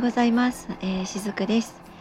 ようございます。しずくです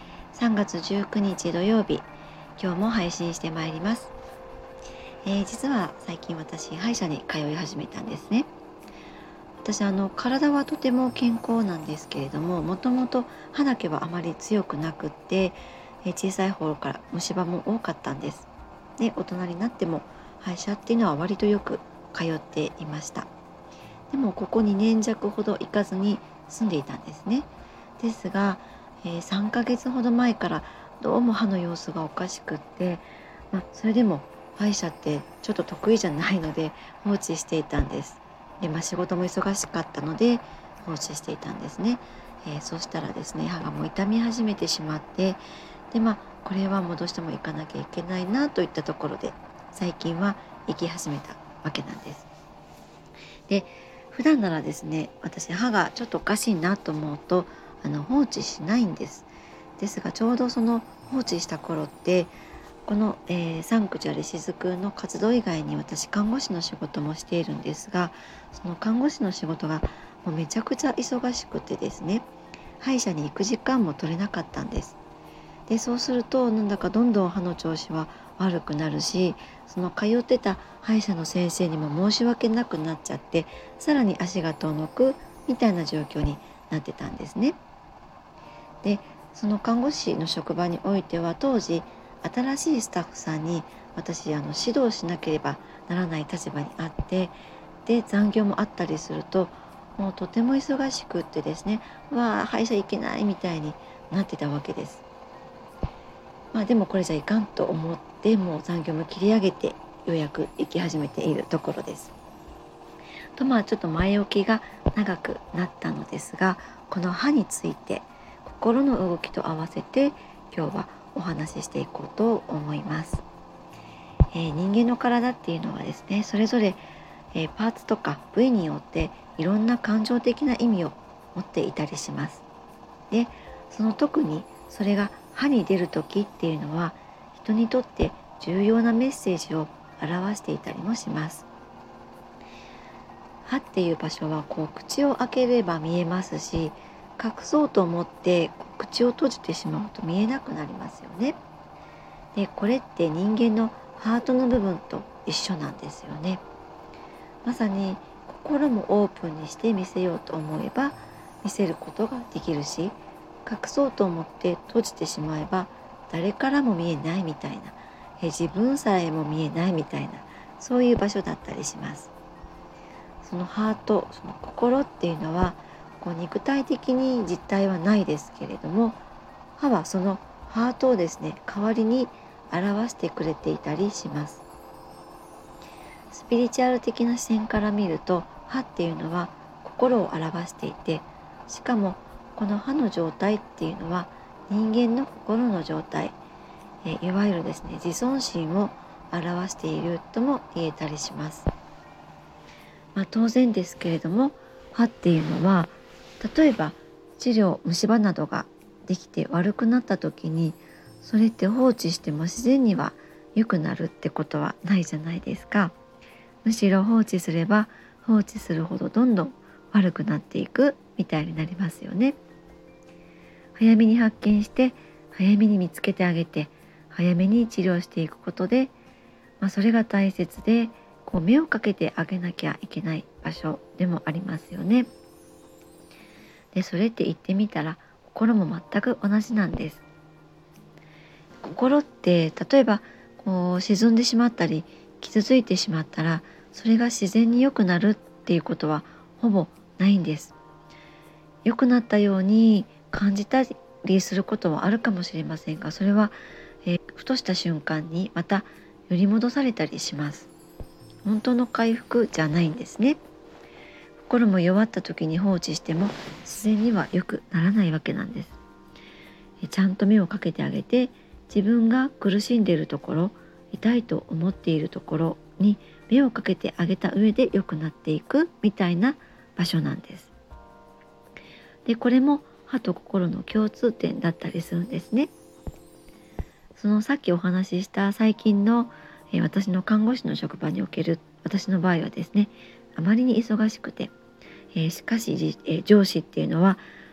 。3月19日土曜日、今日も配信してまいります。実は最近私、歯医者に通い始めたんですね。私、体はとても健康なんですけれども、もともと歯だけはあまり強くなくって、小さい頃から虫歯も多かったんです。で、大人になっても歯医者っていうのは割とよく通っていました。でも、ここ2年弱ほど行かずに住んでいたんですね。ですが、3ヶ月ほど前からどうも歯の様子がおかしくって、それでも歯医者ってちょっと得意じゃないので放置していたんです。で、仕事も忙しかったので放置していたんですね。そうしたらですね、歯がもう痛み始めてしまって、で、これはもうどうしても行かなきゃいけないなといったところで最近は行き始めたわけなんです。で、普段ならですね、私歯がちょっとおかしいなと思うと放置しないんです。ですが、ちょうどその放置した頃って、この、サンクチュアリしずくの活動以外に私看護師の仕事もしているんですが、その看護師の仕事がもうめちゃくちゃ忙しくてですね、歯医者に行く時間も取れなかったんです。で、そうするとなんだかどんどん歯の調子は悪くなるし、その通ってた歯医者の先生にも申し訳なくなっちゃって、さらに足が遠のくみたいな状況になってたんですね。で、その看護師の職場においては当時新しいスタッフさんに私指導しなければならない立場にあって、で残業もあったりするともうとても忙しくってですね、わあ歯医者行けないみたいになってたわけです。でもこれじゃいかんと思って、もう残業も切り上げてようやく行き始めているところです。と、ちょっと前置きが長くなったのですが、この歯について心の動きと合わせて今日はお話ししていこうと思います。人間の体っていうのはですね、それぞれ、パーツとか部位によっていろんな感情的な意味を持っていたりします。で、その特にそれが歯に出る時っていうのは人にとって重要なメッセージを表していたりもします。歯っていう場所は口を開ければ見えますし、隠そうと思って口を閉じてしまうと見えなくなりますよね。で、これって人間のハートの部分と一緒なんですよね。まさに心もオープンにして見せようと思えば見せることができるし、隠そうと思って閉じてしまえば誰からも見えないみたいな、自分さえも見えないみたいな、そういう場所だったりします。そのハート、その心っていうのは肉体的に実体はないですけれども、歯はそのハートをですね、代わりに表してくれていたりします。スピリチュアル的な視線から見ると、歯っていうのは心を表していて、しかもこの歯の状態っていうのは人間の心の状態、いわゆるですね、自尊心を表しているとも言えたりします。当然ですけれども、歯っていうのは例えば虫歯などができて悪くなった時に、それって放置しても自然には良くなるってことはないじゃないですか。むしろ放置すれば放置するほどどんどん悪くなっていくみたいになりますよね。早めに発見して早めに見つけてあげて早めに治療していくことで、それが大切で目をかけてあげなきゃいけない場所でもありますよね。で、それって言ってみたら心も全く同じなんです。心って例えば沈んでしまったり傷ついてしまったら、それが自然に良くなるっていうことはほぼないんです。良くなったように感じたりすることはあるかもしれませんが、それは、ふとした瞬間にまた寄り戻されたりします。本当の回復じゃないんですね。心も弱った時に放置しても自然には良くならないわけなんです。ちゃんと目をかけてあげて、自分が苦しんでいるところ、痛いと思っているところに目をかけてあげた上で良くなっていくみたいな場所なんです。で、これも歯と心の共通点だったりするんですね。そのさっきお話しした最近の、私の看護師の職場における私の場合はですね、あまりに忙しくて、しかし、上司っていうのは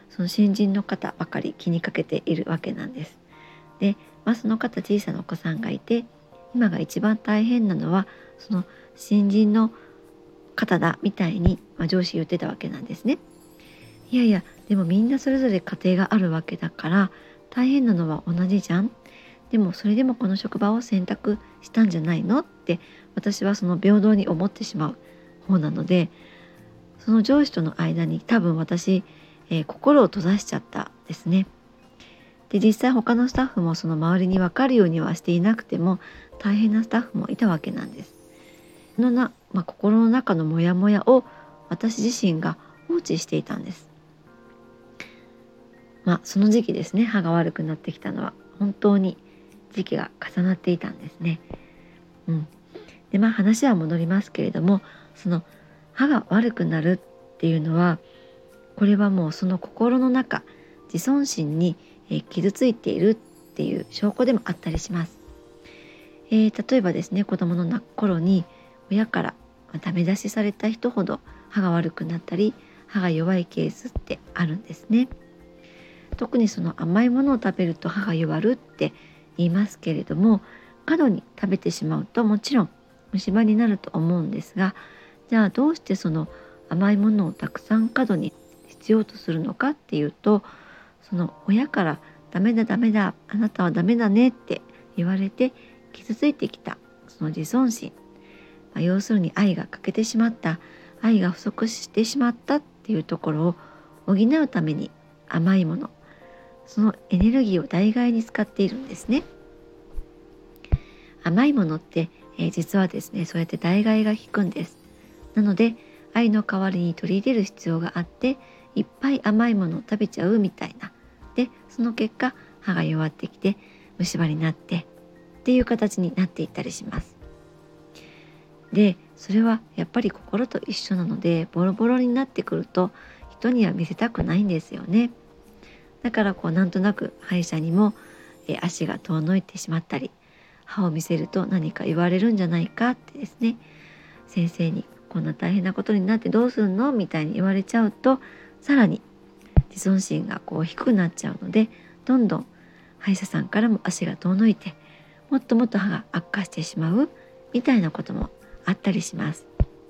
その新人の方ばかり気にかけているわけなんです。で、その方小さなお子さんがいて、今が一番大変なのはその新人の方だみたいに、上司言ってたわけなんですね。いやいや、でもみんなそれぞれ家庭があるわけだから大変なのは同じじゃん。でもそれでもこの職場を選択したんじゃないのって私はその平等に思ってしまう方なので、その上司との間に多分私、心を閉ざしちゃったですね。で、実際他のスタッフもその周りに分かるようにはしていなくても大変なスタッフもいたわけなんです。心の中のモヤモヤを私自身が放置していたんです。その時期ですね、歯が悪くなってきたのは本当に時期が重なっていたんですね。で、話は戻りますけれども、その歯が悪くなるっていうのは、これはもうその心の中、自尊心に傷ついているっていう証拠でもあったりします。例えばですね、子供の頃に親からダメ出しされた人ほど歯が悪くなったり歯が弱いケースってあるんですね。特にその甘いものを食べると歯が弱るって言いますけれども、過度に食べてしまうともちろん虫歯になると思うんですが、じゃあどうしてその甘いものをたくさん過度に必要とするのかっていうと、その親からダメだダメだ、あなたはダメだねって言われて傷ついてきたその自尊心、要するに愛が欠けてしまった、愛が不足してしまったっていうところを補うために甘いもの、そのエネルギーを代替に使っているんですね。甘いものって、実はですね、そうやって代替が効くんです。なので愛の代わりに取り入れる必要があって、いっぱい甘いものを食べちゃうみたいな。で、その結果歯が弱ってきて虫歯になってっていう形になっていったりします。で、それはやっぱり心と一緒なので、ボロボロになってくると人には見せたくないんですよね。だからなんとなく歯医者にも足が遠のいてしまったり、歯を見せると何か言われるんじゃないかってですね、先生にこんな大変なことになってどうするのみたいに言われちゃうと、さらに自尊心が低くなっちゃうので、どんどん歯医者さんからも足が遠のいて、もっともっと歯が悪化してしまうみたいなこともあったりします。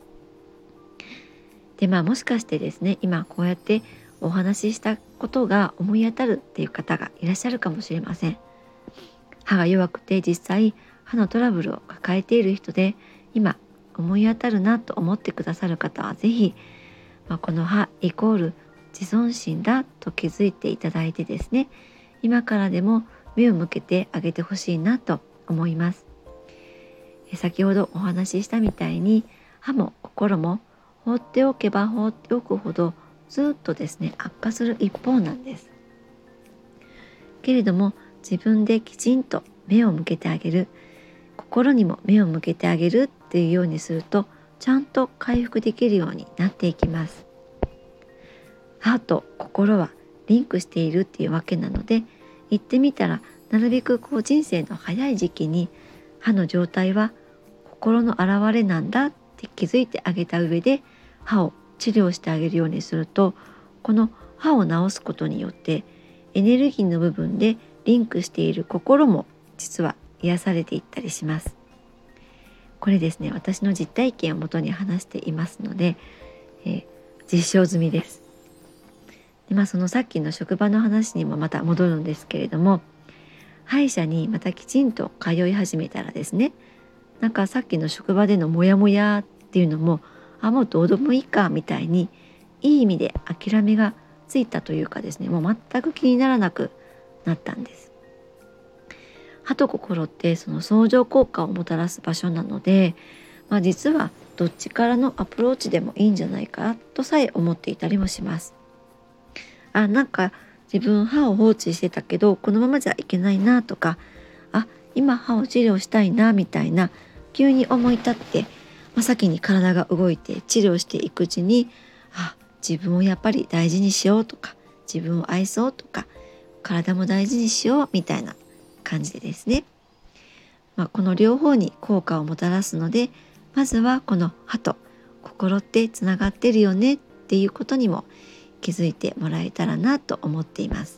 で、もしかしてですね、今こうやってお話ししたことが思い当たるっていう方がいらっしゃるかもしれません。歯が弱くて実際歯のトラブルを抱えている人で、今思い当たるなと思ってくださる方はぜひ、この歯イコール自尊心だと気づいていただいてですね、今からでも目を向けてあげてほしいなと思います。先ほどお話ししたみたいに、歯も心も放っておけば放っておくほどずっとですね悪化する一方なんです。けれども自分できちんと目を向けてあげる、心にも目を向けてあげるっていうようにすると、ちゃんと回復できるようになっていきます。歯と心はリンクしているっていうわけなので、言ってみたらなるべく人生の早い時期に歯の状態は心の表れなんだって気づいてあげた上で歯を治療してあげるようにすると、この歯を治すことによってエネルギーの部分でリンクしている心も実は癒されていったりします。これですね、私の実体験をもとに話していますので、実証済みです。で、そのさっきの職場の話にもまた戻るんですけれども、歯医者にまたきちんと通い始めたらですね、さっきの職場でのモヤモヤっていうのも、もうどうでもいいかみたいに、いい意味で諦めがついたというかですね、もう全く気にならなくなったんです。歯と心ってその相乗効果をもたらす場所なので、実はどっちからのアプローチでもいいんじゃないかとさえ思っていたりもします。自分歯を放置してたけどこのままじゃいけないなとか、今歯を治療したいなみたいな急に思い立って、先に体が動いて治療していくうちに、自分をやっぱり大事にしようとか、自分を愛そうとか、体も大事にしようみたいな感じでですね、この両方に効果をもたらすので、まずはこの歯と心ってつながってるよねっていうことにも気づいてもらえたらなと思っています。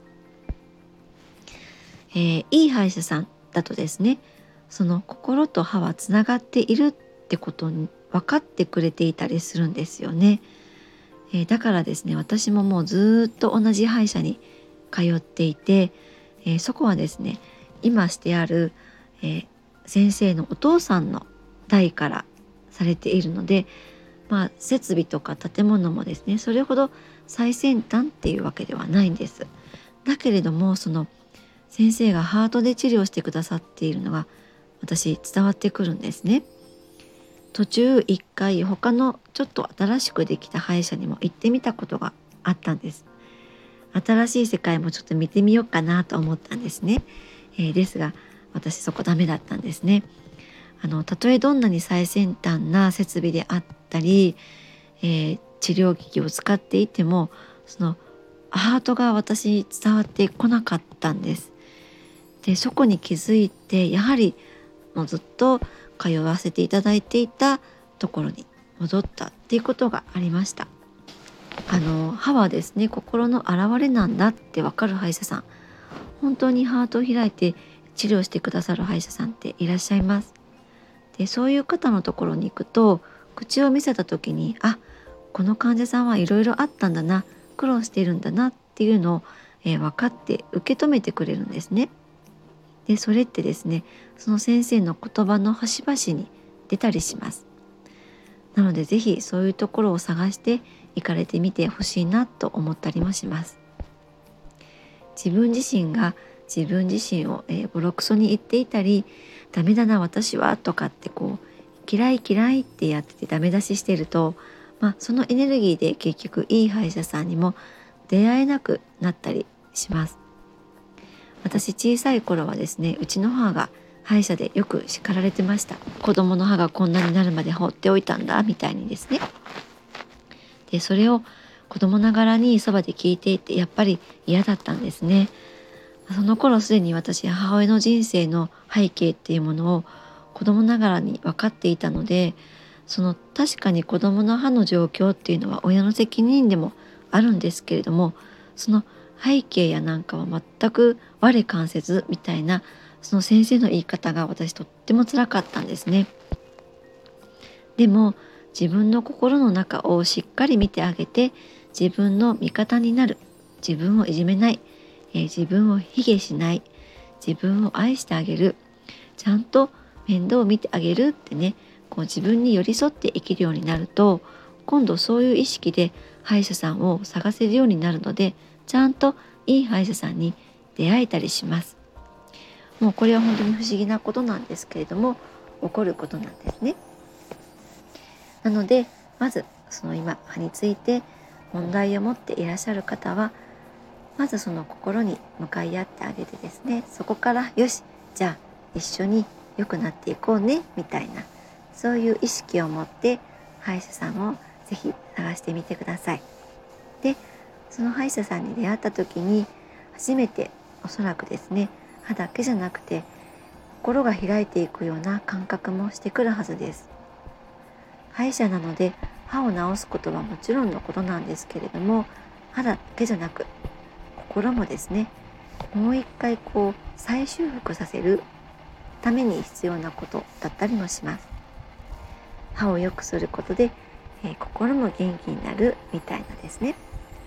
いい歯医者さんだとですね、その心と歯はつながっているってことに分かってくれていたりするんですよね。だからですね、私ももうずっと同じ歯医者に通っていて、そこはですね、今してある、先生のお父さんの代からされているので、設備とか建物もですね、それほど最先端っていうわけではないんです。だけれども、その先生がハートで治療してくださっているのが私伝わってくるんですね。途中一回他のちょっと新しくできた歯医者にも行ってみたことがあったんです。新しい世界もちょっと見てみようかなと思ったんですね。ですが私そこダメだったんですね。たとえどんなに最先端な設備であったり、治療機器を使っていても、そのハートが私に伝わってこなかったんです。でそこに気づいて、やはりもうずっと通わせていただいていたところに戻ったっていうことがありました。歯はですね、心の表れなんだってわかる歯医者さん、本当にハートを開いて治療してくださる歯医者さんっていらっしゃいます。でそういう方のところに行くと、口を見せた時に、この患者さんはいろいろあったんだな、苦労しているんだなっていうのを、分かって受け止めてくれるんですね。でそれってですね、その先生の言葉の端々に出たりします。なのでぜひそういうところを探して行かれてみてほしいなと思ったりもします。自分自身が自分自身を、ボロクソに言っていたり、ダメだな私はとかって嫌い嫌いってやっててダメ出ししてると、そのエネルギーで結局いい歯医者さんにも出会えなくなったりします。私小さい頃はですね、うちの母が歯医者でよく叱られてました。子供の歯がこんなになるまで放っておいたんだみたいにですね。でそれを子供ながらにそばで聞いていて、やっぱり嫌だったんですね。その頃すでに私、母親の人生の背景っていうものを子供ながらに分かっていたので、その確かに子供の歯の状況っていうのは親の責任でもあるんですけれども、その背景やなんかは全く我関せずみたいな、その先生の言い方が私とっても辛かったんですね。でも自分の心の中をしっかり見てあげて、自分の味方になる、自分をいじめない、自分を卑下しない、自分を愛してあげる、ちゃんと面倒を見てあげるってね、自分に寄り添って生きるようになると、今度そういう意識で歯医者さんを探せるようになるので、ちゃんといい歯医者さんに出会えたりします。もうこれは本当に不思議なことなんですけれども、起こることなんですね。なのでまずその今歯について問題を持っていらっしゃる方は、まずその心に向かい合ってあげてですね、そこからよし、じゃあ一緒に良くなっていこうねみたいな、そういう意識を持って歯医者さんをぜひ探してみてください。でその歯医者さんに出会った時に、初めておそらくですね、歯だけじゃなくて心が開いていくような感覚もしてくるはずです。歯医者なので歯を治すことはもちろんのことなんですけれども、歯だけじゃなく心もですね、もう一回再修復させるために必要なことだったりもします。歯を良くすることで、心も元気になるみたいなですね、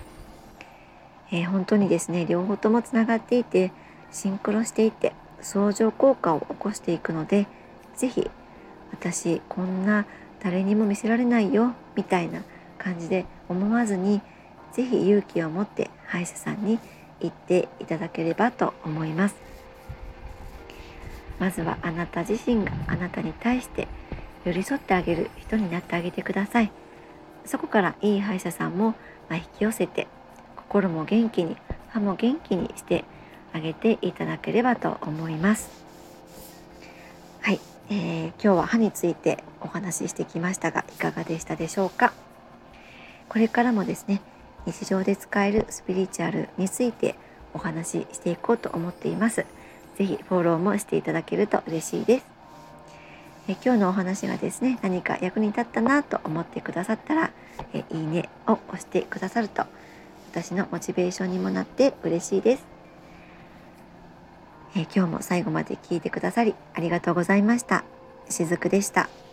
本当にですね、両方ともつながっていてシンクロしていて相乗効果を起こしていくので、ぜひ私こんな誰にも見せられないよみたいな感じで思わずに、ぜひ勇気を持って歯医者さんに行っていただければと思います。まずはあなた自身があなたに対して寄り添ってあげる人になってあげてください。そこからいい歯医者さんも引き寄せて、心も元気に歯も元気にしてあげていただければと思います。はい、今日は歯についてお話ししてきましたが、いかがでしたでしょうか。これからもですね、日常で使えるスピリチュアルについてお話ししていこうと思っています。ぜひフォローもしていただけると嬉しいです。今日のお話がですね、何か役に立ったなと思ってくださったら、いいねを押してくださると私のモチベーションにもなって嬉しいです。今日も最後まで聞いてくださりありがとうございました。しずくでした。